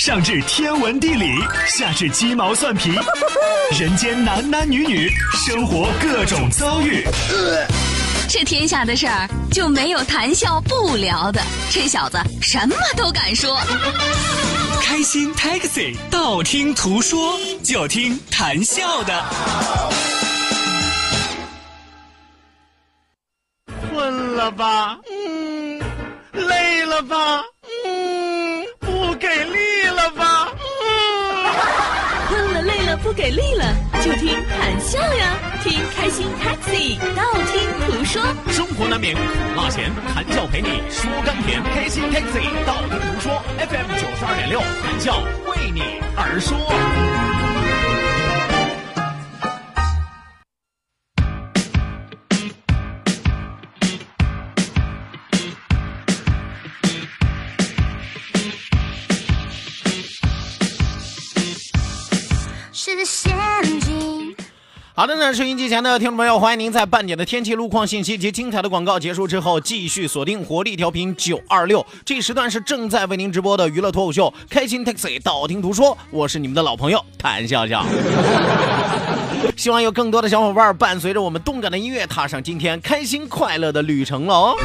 上至天文地理，下至鸡毛蒜皮，人间男男女女，生活各种遭遇。 这天下的事儿就没有谈笑不聊的，这小子什么都敢说。 开心 Taxi， 道听途说，就听谈笑的。 困了吧？累了吧？不给力了吧？ 困了累了不给力了，就听谈笑呀，听开心 Taxi， 道听途说。 生活难免苦辣咸，谈笑陪你说甘甜。开心 Taxi， 道听途说 FM 92.6，谈笑为你而说。 好的呢，收音机前的听众朋友，欢迎您在半点的天气路况信息及精彩的广告结束之后，继续锁定活力调频926，这时段是正在为您直播的娱乐脱口秀开心 Taxi， 道听途说，我是你们的老朋友谭笑笑。希望有更多的小伙伴伴随着我们动感的音乐，踏上今天开心快乐的旅程了哦。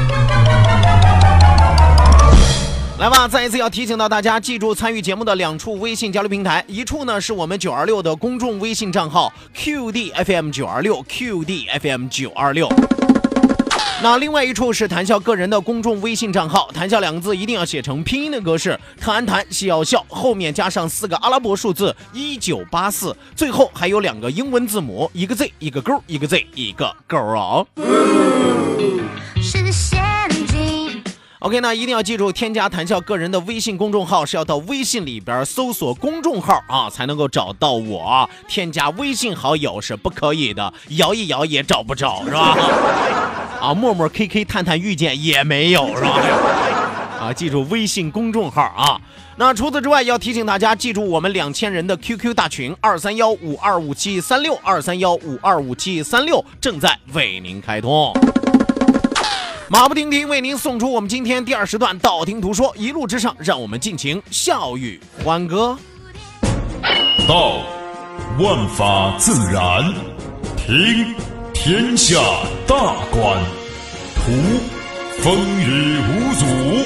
来吧，再一次要提醒到大家，记住参与节目的2处微信交流平台，一处呢是我们926的公众微信账号 QDFM926 QDFM926， 那另外一处是谈笑个人的公众微信账号，谈笑2个字一定要写成拼音的格式，谈笑笑，后面加上4个阿拉伯数字1984，最后还有2个英文字母，一个 Z 一个勾，一个 Z 一个勾哦。OK， 那一定要记住，添加谈笑个人的微信公众号是要到微信里边搜索公众号啊，才能够找到我。添加微信好友是不可以的，摇一摇也找不着，是吧？啊，陌陌、KK、探探、遇见也没有，是吧？啊，记住微信公众号啊。那除此之外，要提醒大家记住我们2000人的 QQ 大群231525736 231525736正在为您开通。马不停蹄为您送出我们今天第2时段道听途说，一路之上让我们尽情笑语欢歌。 道，万法自然；听，天下大观；图，风雨无阻；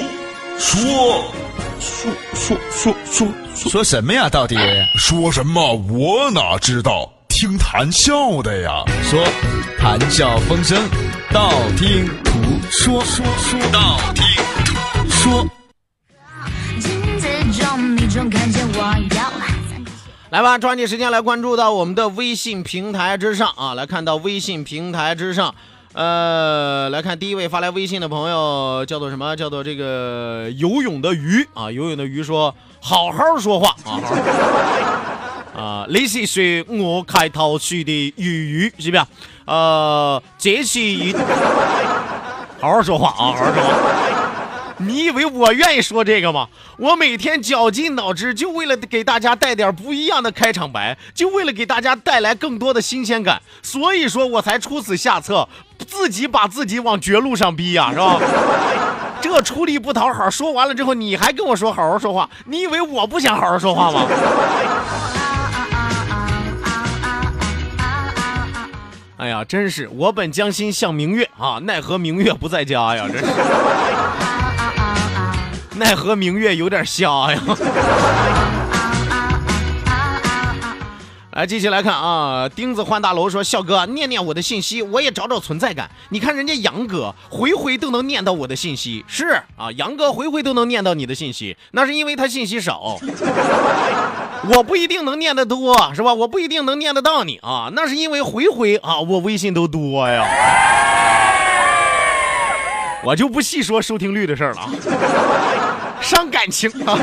说什么呀？到底说什么？我哪知道？听谈笑的呀。 说谈笑风生，道听途说，道听途说。 来吧，抓紧时间来关注到我们的微信平台之上啊！来看到微信平台之上，来看第一位发来微信的朋友叫做什么？叫做这个游泳的鱼啊！游泳的鱼说：“好好说话啊！”啊，你是说我开头说的鱼是不是？这是好好说话啊，好好说话。你以为我愿意说这个吗？我每天绞尽脑汁，就为了给大家带点不一样的开场白，就为了给大家带来更多的新鲜感，所以说我才出此下策，自己把自己往绝路上逼呀，是吧？这出力不讨好，说完了之后你还跟我说好好说话，你以为我不想好好说话吗？哎呀，真是我本将心向明月啊，奈何明月不在家呀，真是。奈何明月有点瞎呀。来，继续来看啊，钉子换大楼说：“笑哥，念念我的信息，我也找找存在感。你看人家杨哥回回都能念到我的信息，是啊，杨哥回回都能念到你的信息，那是因为他信息少。我不一定能念得多，是吧？我不一定能念得到你啊，那是因为回回啊，我微信都多呀。我就不细说收听率的事儿了，伤感情啊。”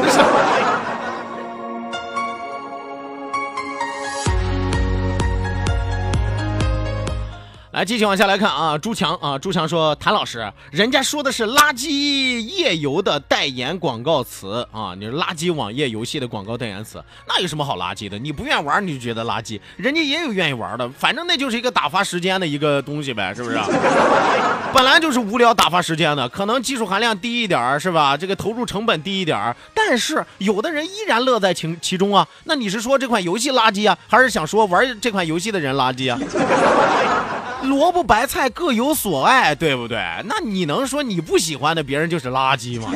来， 来，继续往下来看啊，朱强说，谭老师，人家说的是垃圾页游的代言广告词啊，你是垃圾网页游戏的广告代言词，那有什么好垃圾的？你不愿意玩你就觉得垃圾，人家也有愿意玩的，反正那就是一个打发时间的一个东西呗，是不是？本来就是无聊打发时间的，可能技术含量低一点是吧？这个投入成本低一点，但是有的人依然乐在其中啊。那你是说这款游戏垃圾啊，还是想说玩这款游戏的人垃圾啊？萝卜白菜各有所爱，对不对？那你能说你不喜欢的别人就是垃圾吗？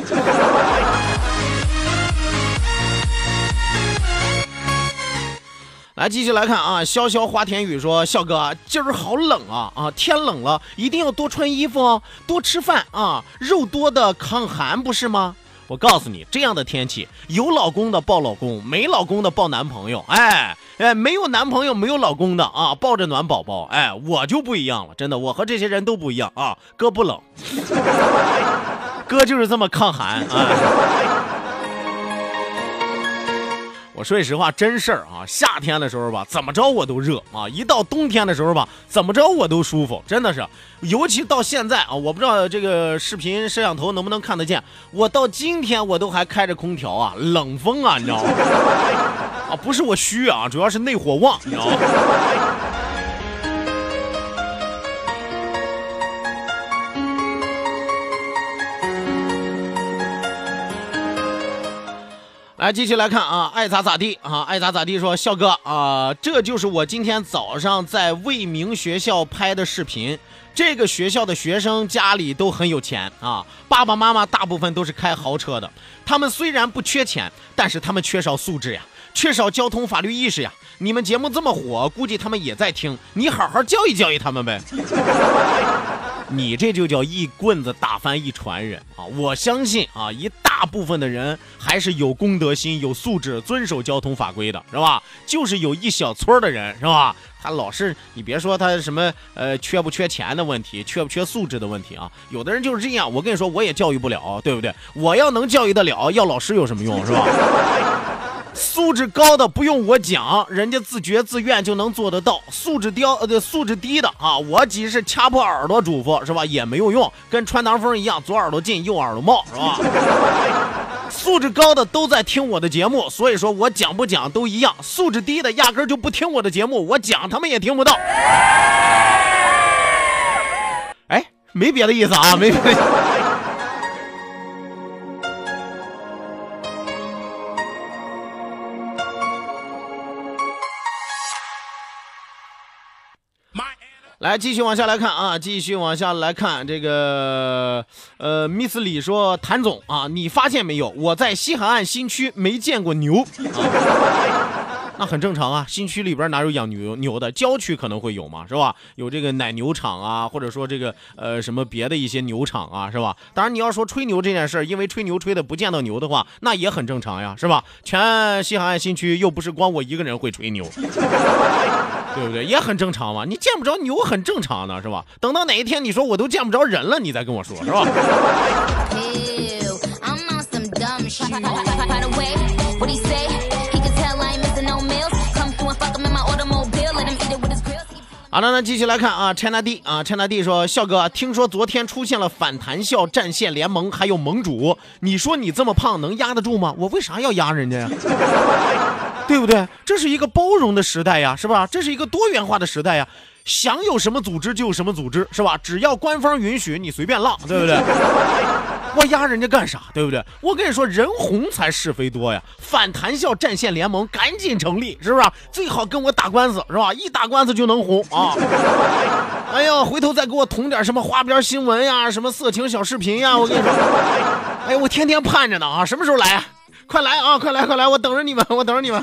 来，继续来看啊，潇潇花田雨说，笑哥，今儿好冷啊，天冷了一定要多穿衣服哦，多吃饭啊，肉多的抗寒不是吗？我告诉你，这样的天气，有老公的抱老公，没老公的抱男朋友，没有男朋友没有老公的啊，抱着暖宝宝，我就不一样了，真的，我和这些人都不一样啊，哥不冷，哥就是这么抗寒啊。我说句实话，真事儿啊！夏天的时候吧，怎么着我都热啊；一到冬天的时候吧，怎么着我都舒服，真的是。尤其到现在啊，我不知道这个视频摄像头能不能看得见，我到今天我都还开着空调啊，冷风啊，你知道吗？啊，不是我虚啊，主要是内火旺，你知道吗？来，继续来看啊，爱咋咋地啊，爱咋咋地说，笑哥啊，这就是我今天早上在未名学校拍的视频。这个学校的学生家里都很有钱啊，爸爸妈妈大部分都是开豪车的。他们虽然不缺钱，但是他们缺少素质呀，缺少交通法律意识呀。你们节目这么火，估计他们也在听，你好好教育教育他们呗。你这就叫一棍子打翻一船人啊！我相信啊，一大部分的人还是有公德心、有素质、遵守交通法规的，是吧？就是有一小撮的人，是吧？他老是，你别说他什么缺不缺钱的问题，缺不缺素质的问题啊，有的人就是这样。我跟你说，我也教育不了，对不对？我要能教育得了，要老师有什么用，是吧？素质高的不用我讲，人家自觉自愿就能做得到。素质低的啊，我即使掐破耳朵嘱咐，是吧，也没有用，跟穿堂风一样，左耳朵进右耳朵冒，是吧？素质高的都在听我的节目，所以说我讲不讲都一样。素质低的压根就不听我的节目，我讲他们也听不到。哎，没别的意思啊，没别的意思。来，继续往下来看啊，继续往下来看这个Miss 李说，谭总啊，你发现没有，我在西海岸新区没见过牛啊。那很正常啊，新区里边哪有养牛的？郊区可能会有嘛，是吧？有这个奶牛场啊，或者说这个什么别的一些牛场啊，是吧？当然你要说吹牛这件事，因为吹牛吹的不见到牛的话，那也很正常呀，是吧？全西海岸新区又不是光我一个人会吹牛，对不对？也很正常嘛，你见不着牛很正常的，是吧？等到哪一天你说我都见不着人了，你再跟我说，是吧？好了，那继续来看啊 ，China D 说，笑哥，听说昨天出现了反弹校战线联盟，还有盟主，你说你这么胖能压得住吗？我为啥要压人家呀？对不对？这是一个包容的时代呀，是吧？这是一个多元化的时代呀，想有什么组织就有什么组织，是吧？只要官方允许，你随便浪，对不对？我压人家干啥，对不对？我跟你说，人红才是非多呀！反弹校战线联盟赶紧成立，是不是？最好跟我打官司，是吧？一打官司就能红啊！哎呦，回头再给我捅点什么花边新闻呀，什么色情小视频呀，我跟你说，哎呦，我天天盼着呢啊！什么时候来？快来啊！快来！我等着你们，我等着你们。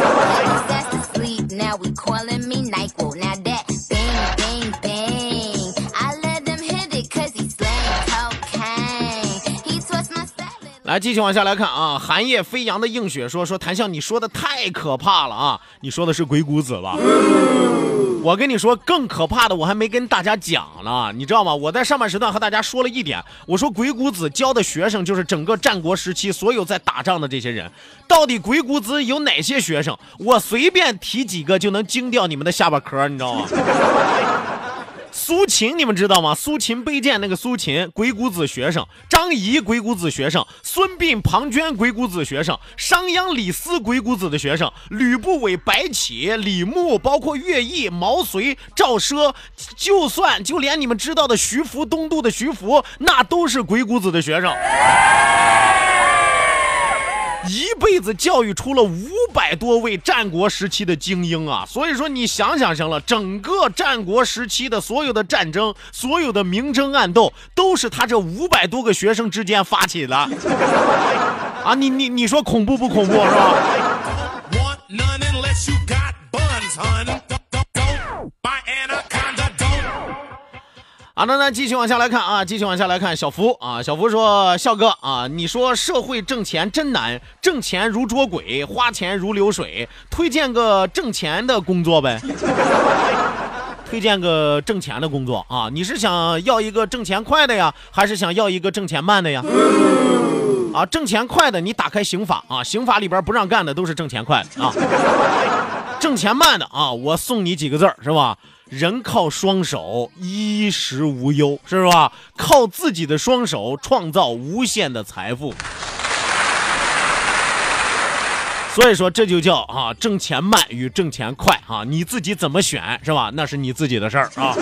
来，继续往下来看啊，寒夜飞扬的映雪说谭笑，你说的太可怕了啊！你说的是鬼谷子吧？我跟你说更可怕的我还没跟大家讲呢，你知道吗？我在上半时段和大家说了一点，我说鬼谷子教的学生就是整个战国时期所有在打仗的这些人，到底鬼谷子有哪些学生？我随便提几个就能惊掉你们的下巴壳，你知道吗？ 苏秦你们知道吗？苏秦背剑那个苏秦，鬼谷子学生；张仪鬼谷子学生；孙膑庞涓鬼谷子学生；商鞅李斯鬼谷子的学生；吕不韦白起李牧，包括乐毅毛遂赵奢，就连你们知道的徐福东渡的徐福，那都是鬼谷子的学生。一辈子教育出了500多位战国时期的精英啊！所以说你想想行了，整个战国时期的所有的战争，所有的明争暗斗，都是他这500多个学生之间发起的啊！你说恐怖不恐怖是吧？好的，那继续往下来看小福啊，小福说，笑哥啊，你说社会挣钱真难，挣钱如捉鬼，花钱如流水，推荐个挣钱的工作呗。推荐个挣钱的工作啊，你是想要一个挣钱快的呀，还是想要一个挣钱慢的呀？啊，挣钱快的你打开刑法啊，刑法里边不让干的都是挣钱快的啊。挣钱慢的啊，我送你几个字儿是吧？人靠双手，衣食无忧，是吧？靠自己的双手创造无限的财富。所以说这就叫啊，挣钱慢与挣钱快啊，你自己怎么选是吧？那是你自己的事儿啊。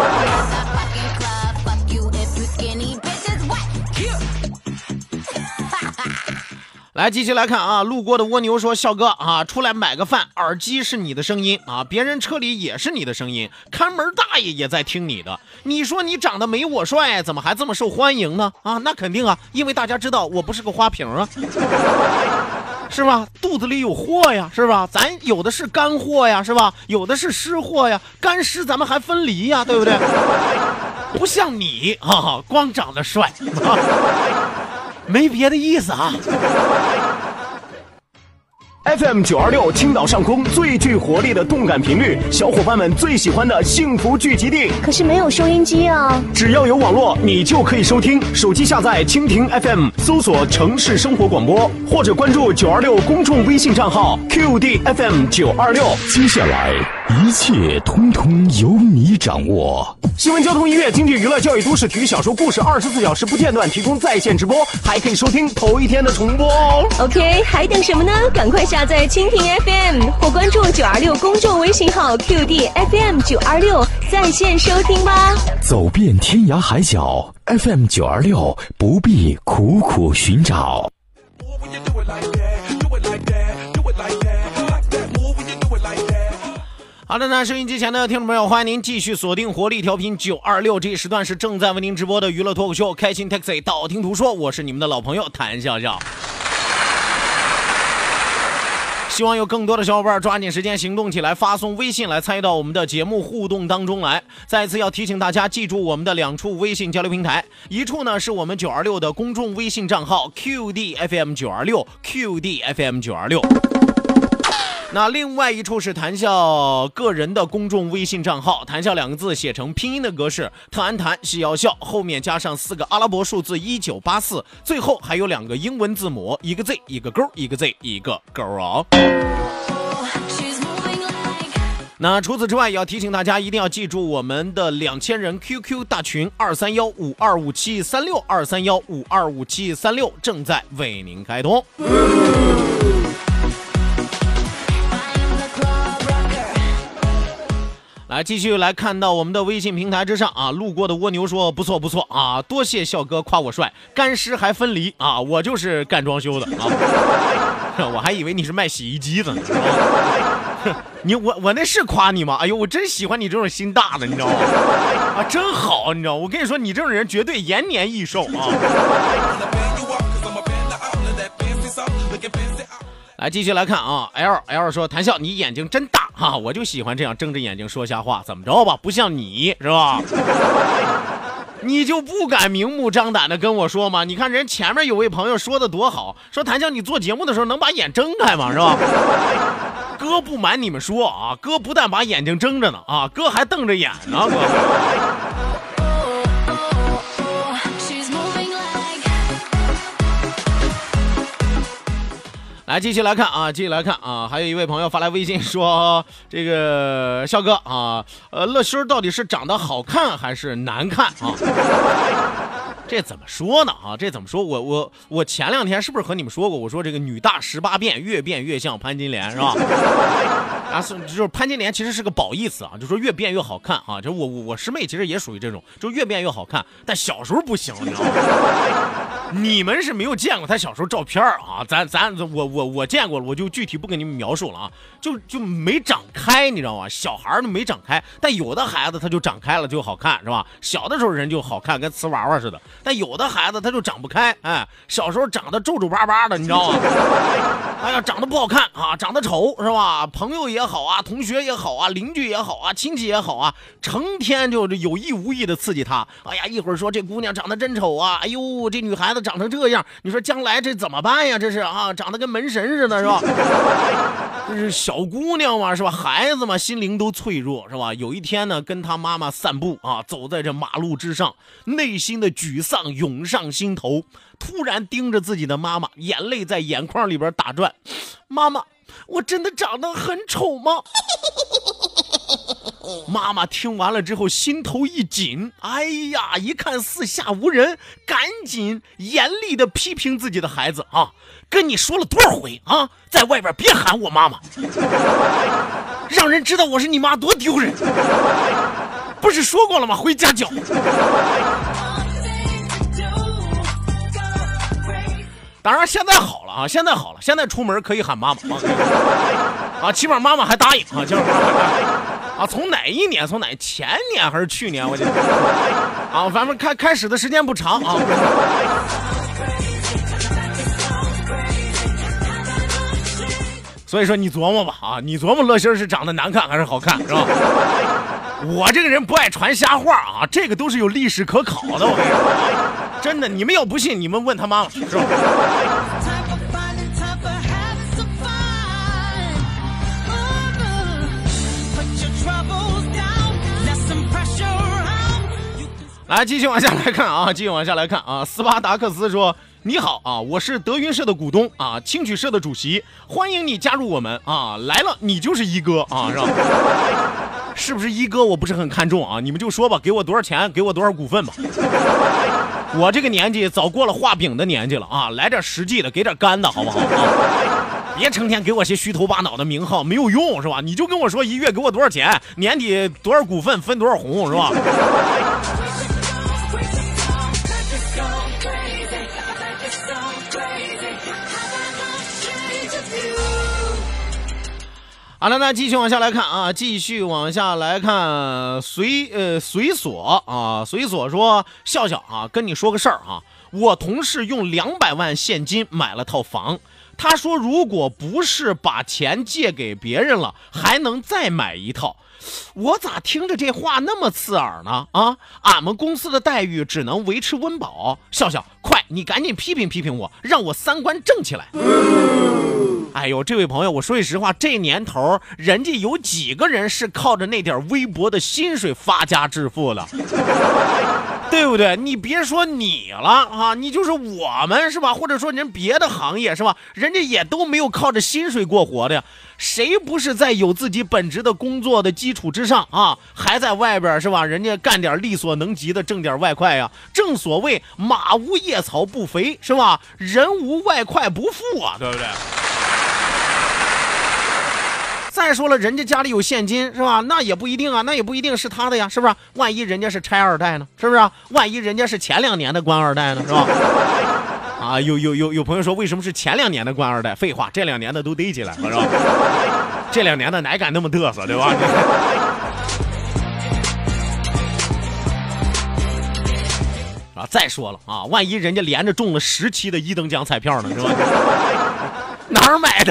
来继续来看啊，路过的蜗牛说，笑哥啊，出来买个饭，耳机是你的声音啊，别人车里也是你的声音，看门大爷也在听你的，你说你长得没我帅，怎么还这么受欢迎呢？啊，那肯定啊，因为大家知道我不是个花瓶啊。是吧？肚子里有货呀，是吧？咱有的是干货呀，是吧？有的是湿货呀，干湿咱们还分离呀，对不对？不像你啊，光长得帅，没别的意思啊。 FM 926青岛上空最具活力的动感频率，小伙伴们最喜欢的幸福聚集地。 可是没有收音机啊！ 只要有网络，你就可以收听。手机下载蜻蜓 FM， 搜索城市生活广播，或者关注926公众微信账号 QDFM 926。 接下来一切通通由你掌握。 新闻、交通、音乐、经济、娱乐、教育、都市、体育、小说、故事，24小时不间断提供在线直播，还可以收听头一天的重播哦。 OK， 还等什么呢？赶快下载蜻蜓 FM 或关注926公众微信号 QDFM 926，在线收听吧。 走遍天涯海角 ，FM 926不必苦苦寻找。 好的呢，收音机前的听众朋友，欢迎您继续锁定活力调频926，这一时段是正在为您直播的娱乐脱口秀开心 Taxi， 道听途说，我是你们的老朋友谭笑笑。希望有更多的小伙伴抓紧时间行动起来，发送微信来参与到我们的节目互动当中来。再次要提醒大家记住我们的2处微信交流平台，一处呢是我们926的公众微信账号 QDFM 926 QDFM 926，那另外一处是谈笑个人的公众微信账号，谈笑2个字写成拼音的格式，特安谈是要笑，后面加上4个阿拉伯数字1984，最后还有2个英文字母，一个 Z 一个勾，一个 Z 一个勾哦。那除此之外，也要提醒大家一定要记住我们的2000人 QQ 大群231525736 231525736正在为您开通。来继续来看到我们的微信平台之上啊，路过的蜗牛说不错不错啊，多谢笑哥夸我帅，干湿还分离啊，我就是干装修的啊，我还以为你是卖洗衣机的呢。我那是夸你吗？哎呦，我真喜欢你这种心大的，你知道吗？啊，真好，你知道，我跟你说，你这种人绝对延年益寿啊。来继续来看啊 ，L 说谭笑你眼睛真大哈，我就喜欢这样睁着眼睛说瞎话，怎么着吧？不像你是吧？你就不敢明目张胆的跟我说吗？你看人前面有位朋友说的多好，说谭笑你做节目的时候能把眼睁开吗？是吧？哥不瞒你们说啊，哥不但把眼睛睁着呢啊，哥还瞪着眼呢，哥。 来继续来看啊，还有一位朋友发来微信说，这个笑哥啊，乐心到底是长得好看还是难看啊？这怎么说呢啊？这怎么说？我前2天是不是和你们说过？我说这个女大18变，越变越像潘金莲，是吧？啊，就是潘金莲其实是个褒义词啊，就说越变越好看啊。就我师妹其实也属于这种，就越变越好看，但小时候不行，你知道吗？你们是没有见过她小时候照片啊，我见过了，我就具体不跟你们描述了啊，就没长开，你知道吗？小孩都没长开，但有的孩子他就长开了就好看，是吧？小的时候人就好看，跟瓷娃娃似的，但有的孩子他就长不开，哎，小时候长得皱皱巴巴的，你知道吗？哎呀，长得不好看啊，长得丑是吧？朋友也好啊，同学也好啊，邻居也好啊，亲戚也好啊，成天就有意无意的刺激他。哎呀，一会儿说这姑娘长得真丑啊，哎呦，这女孩子长成这样，你说将来这怎么办呀？这是啊，长得跟门神似的，是吧？这是小姑娘嘛，是吧？孩子嘛，心灵都脆弱，是吧？有一天呢，跟他妈妈散步啊，走在这马路之上，内心的沮丧涌上心头，突然盯着自己的妈妈，眼泪在眼眶里边打转。妈妈，我真的长得很丑吗？妈妈听完了之后心头一紧，哎呀，一看四下无人，赶紧严厉的批评自己的孩子啊，跟你说了多少回啊，在外边别喊我妈妈，让人知道我是你妈多丢人，不是说过了吗？回家教。当然现在好了啊，现在出门可以喊妈妈啊，起码妈妈还答应啊，起码妈妈还答应啊。从哪一年？从前年还是去年？我记得啊，反正开始的时间不长啊。所以说你琢磨吧啊，你琢磨乐心是长得难看还是好看，是吧？我这个人不爱传瞎话啊，这个都是有历史可考的，我跟你说。真的，你们要不信，你们问他妈妈，是吧？来，继续往下来看啊，斯巴达克斯说：“你好啊，我是德云社的股东啊，青曲社的主席，欢迎你加入我们啊！来了，你就是一哥啊，是吧？是不是一哥？我不是很看重啊，你们就说吧，给我多少钱，给我多少股份吧。”我这个年纪早过了画饼的年纪了啊，来点实际的，给点干的好不好啊？别成天给我些虚头巴脑的名号，没有用是吧？你就跟我说一月给我多少钱，年底多少股份分多少红是吧？好了，那继续往下来看啊，随所说，笑笑啊，跟你说个事儿啊，我同事用200万现金买了套房，他说如果不是把钱借给别人了，还能再买一套。我咋听着这话那么刺耳呢？啊，俺们公司的待遇只能维持温饱。笑笑，快，你赶紧批评我，让我三观正起来。哎呦，这位朋友，我说句实话，这年头人家有几个人是靠着那点微薄的薪水发家致富的，对不对？你别说你了啊，你就是我们是吧？或者说人别的行业是吧？人家也都没有靠着薪水过活的呀。谁不是在有自己本职的工作的基础之上啊，还在外边是吧？人家干点力所能及的，挣点外快呀。正所谓马无夜草不肥是吧？人无外快不富啊，对不对？再说了，人家家里有现金是吧？那也不一定啊，那也不一定是他的呀，是不是？万一人家是拆二代呢，是不是？万一人家是前2年的官二代呢，是吧？啊，有朋友说为什么是前2年的官二代？废话，这2年的都逮起来了，是吧？这2年的哪敢那么嘚瑟，对吧？啊，再说了啊，万一人家连着中了10期的1等奖彩票呢，是吧？哪儿买的？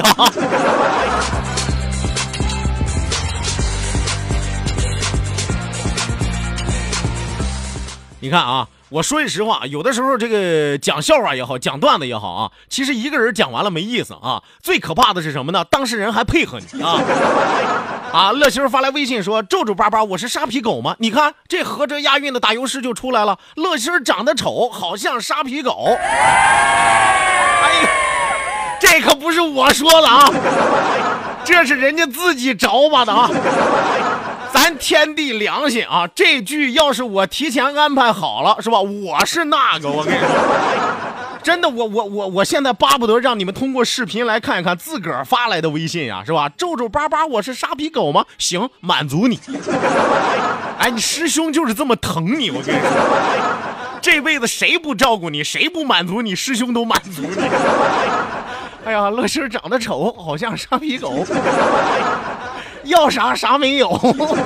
你看啊，我说句实话，有的时候这个讲笑话也好，讲段子也好啊，其实一个人讲完了没意思啊。最可怕的是什么呢？当事人还配合你啊！啊，乐心发来微信说：“皱皱巴巴，我是沙皮狗吗？”你看这合辙押韵的打油诗就出来了。乐心长得丑，好像沙皮狗。哎呀， 这可不是我说的啊，这是人家自己找吧的啊。咱天地良心啊，这剧要是我提前安排好了，是吧？我是那个，我跟你说，真的，我现在巴不得让你们通过视频来看一看自个儿发来的微信呀，是吧？皱皱巴巴，我是沙皮狗吗？行，满足你。哎，你师兄就是这么疼你，我跟你说，这辈子谁不照顾你，谁不满足你，师兄都满足你。哎呀，乐心长得丑，好像沙皮狗。要啥啥没有。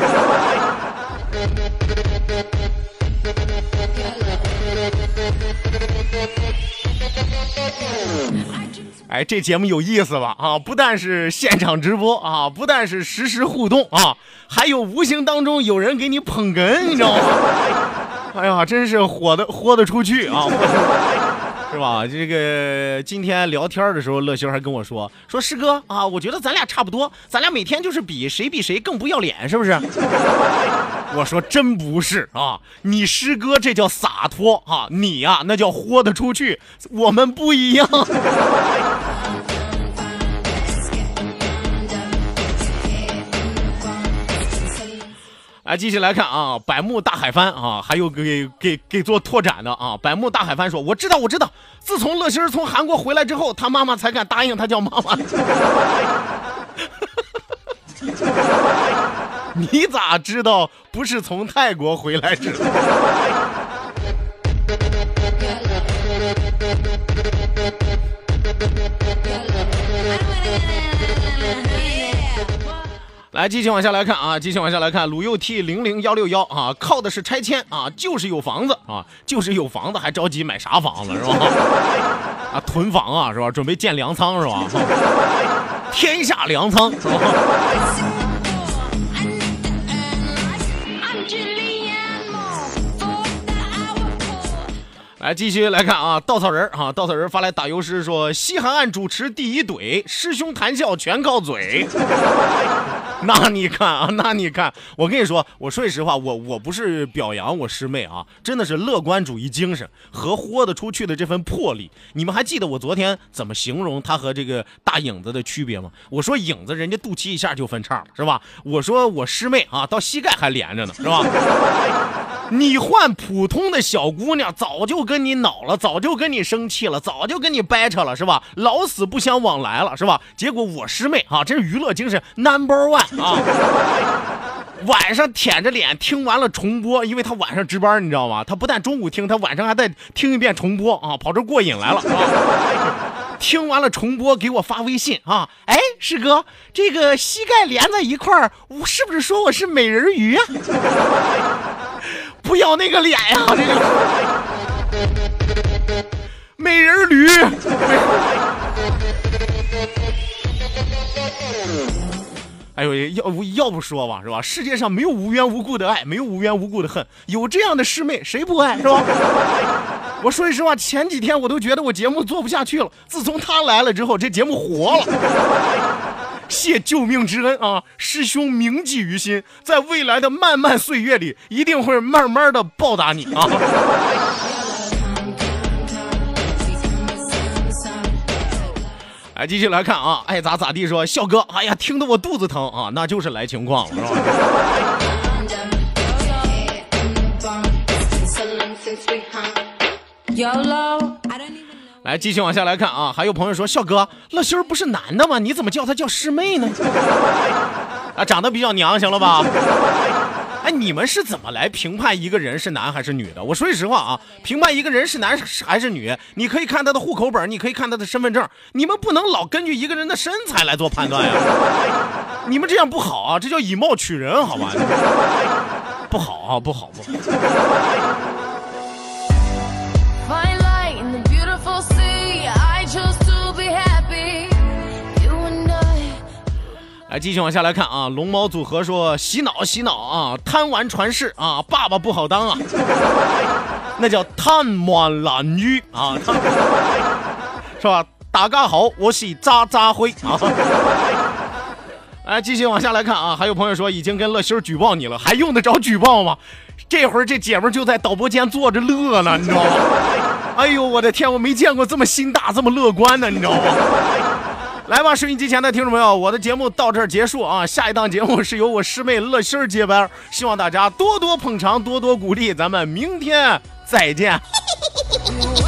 哎，这节目有意思吧？啊，不但是现场直播啊，不但是实时互动啊，还有无形当中有人给你捧哏，你知道吗？哎呀，真是豁得出去啊！是吧？这个今天聊天的时候，乐修还跟我说师哥啊，我觉得咱俩差不多，咱俩每天就是比谁更不要脸，是不是？我说真不是啊，你师哥这叫洒脱啊，你呀那叫豁得出去，我们不一样。来，继续来看啊，百慕大海帆啊，还有给做拓展的啊。百慕大海帆说：“我知道，自从乐心从韩国回来之后，他妈妈才敢答应他叫妈妈。”你咋知道不是从泰国回来之后？来，继续往下来看啊，鲁右 T00161啊，靠的是拆迁啊，就是有房子啊，还着急买啥房子是吧？啊，囤房啊是吧？准备建粮仓是吧？天下粮仓是吧？来，继续来看啊，稻草人发来打油诗说：西韩案主持第一怼，师兄谈笑全靠嘴。那你看，我跟你说，我说句实话，我不是表扬我师妹啊，真的是乐观主义精神和豁得出去的这份魄力。你们还记得我昨天怎么形容她和这个大影子的区别吗？我说影子人家肚脐一下就分叉了，是吧？我说我师妹啊，到膝盖还连着呢，是吧？你换普通的小姑娘，早就跟你恼了，早就跟你生气了，早就跟你掰扯了，是吧？老死不相往来了，是吧？结果我师妹啊，真是娱乐精神 No.1 啊！晚上舔着脸听完了重播，因为他晚上值班，你知道吗？他不但中午听，他晚上还在听一遍重播啊，跑这过瘾来了啊！听完了重播给我发微信啊，哎，师哥，这个膝盖连在一块儿，我是不是说我是美人鱼啊？不要那个脸呀，这个美人驴。哎呦，要不说吧，是吧？世界上没有无缘无故的爱，没有无缘无故的恨，有这样的师妹谁不爱，是吧？我说句实话，前几天我都觉得我节目做不下去了，自从他来了之后，这节目活了。谢救命之恩啊，师兄铭记于心，在未来的漫漫岁月里，一定会慢慢的报答你啊。来，继续来看啊，爱咋咋地说，笑哥，哎呀，听得我肚子疼啊，那就是来情况了，是吧？来，继续往下来看啊，还有朋友说，笑哥，乐心儿不是男的吗？你怎么叫他叫师妹呢？啊，长得比较娘，行了吧？哎，你们是怎么来评判一个人是男还是女的？我说句实话啊，评判一个人是男还是女，你可以看他的户口本，你可以看他的身份证，你们不能老根据一个人的身材来做判断呀。你们这样不好啊，这叫以貌取人，好吧？不好啊，不好。来，继续往下来看啊，龙猫组合说，洗脑啊，贪玩传世啊，爸爸不好当啊，那叫贪玩懒女啊，是吧？大家好，我是渣渣辉啊。来，继续往下来看啊，还有朋友说已经跟乐心举报你了，还用得着举报吗？这会儿这姐们就在导播间坐着乐呢，你知道吗？哎呦我的天，我没见过这么心大这么乐观的，你知道吗？ 来吧，收音机前的听众朋友，我的节目到这儿结束啊！下一档节目是由我师妹乐心儿接班，希望大家多多捧场，多多鼓励，咱们明天再见。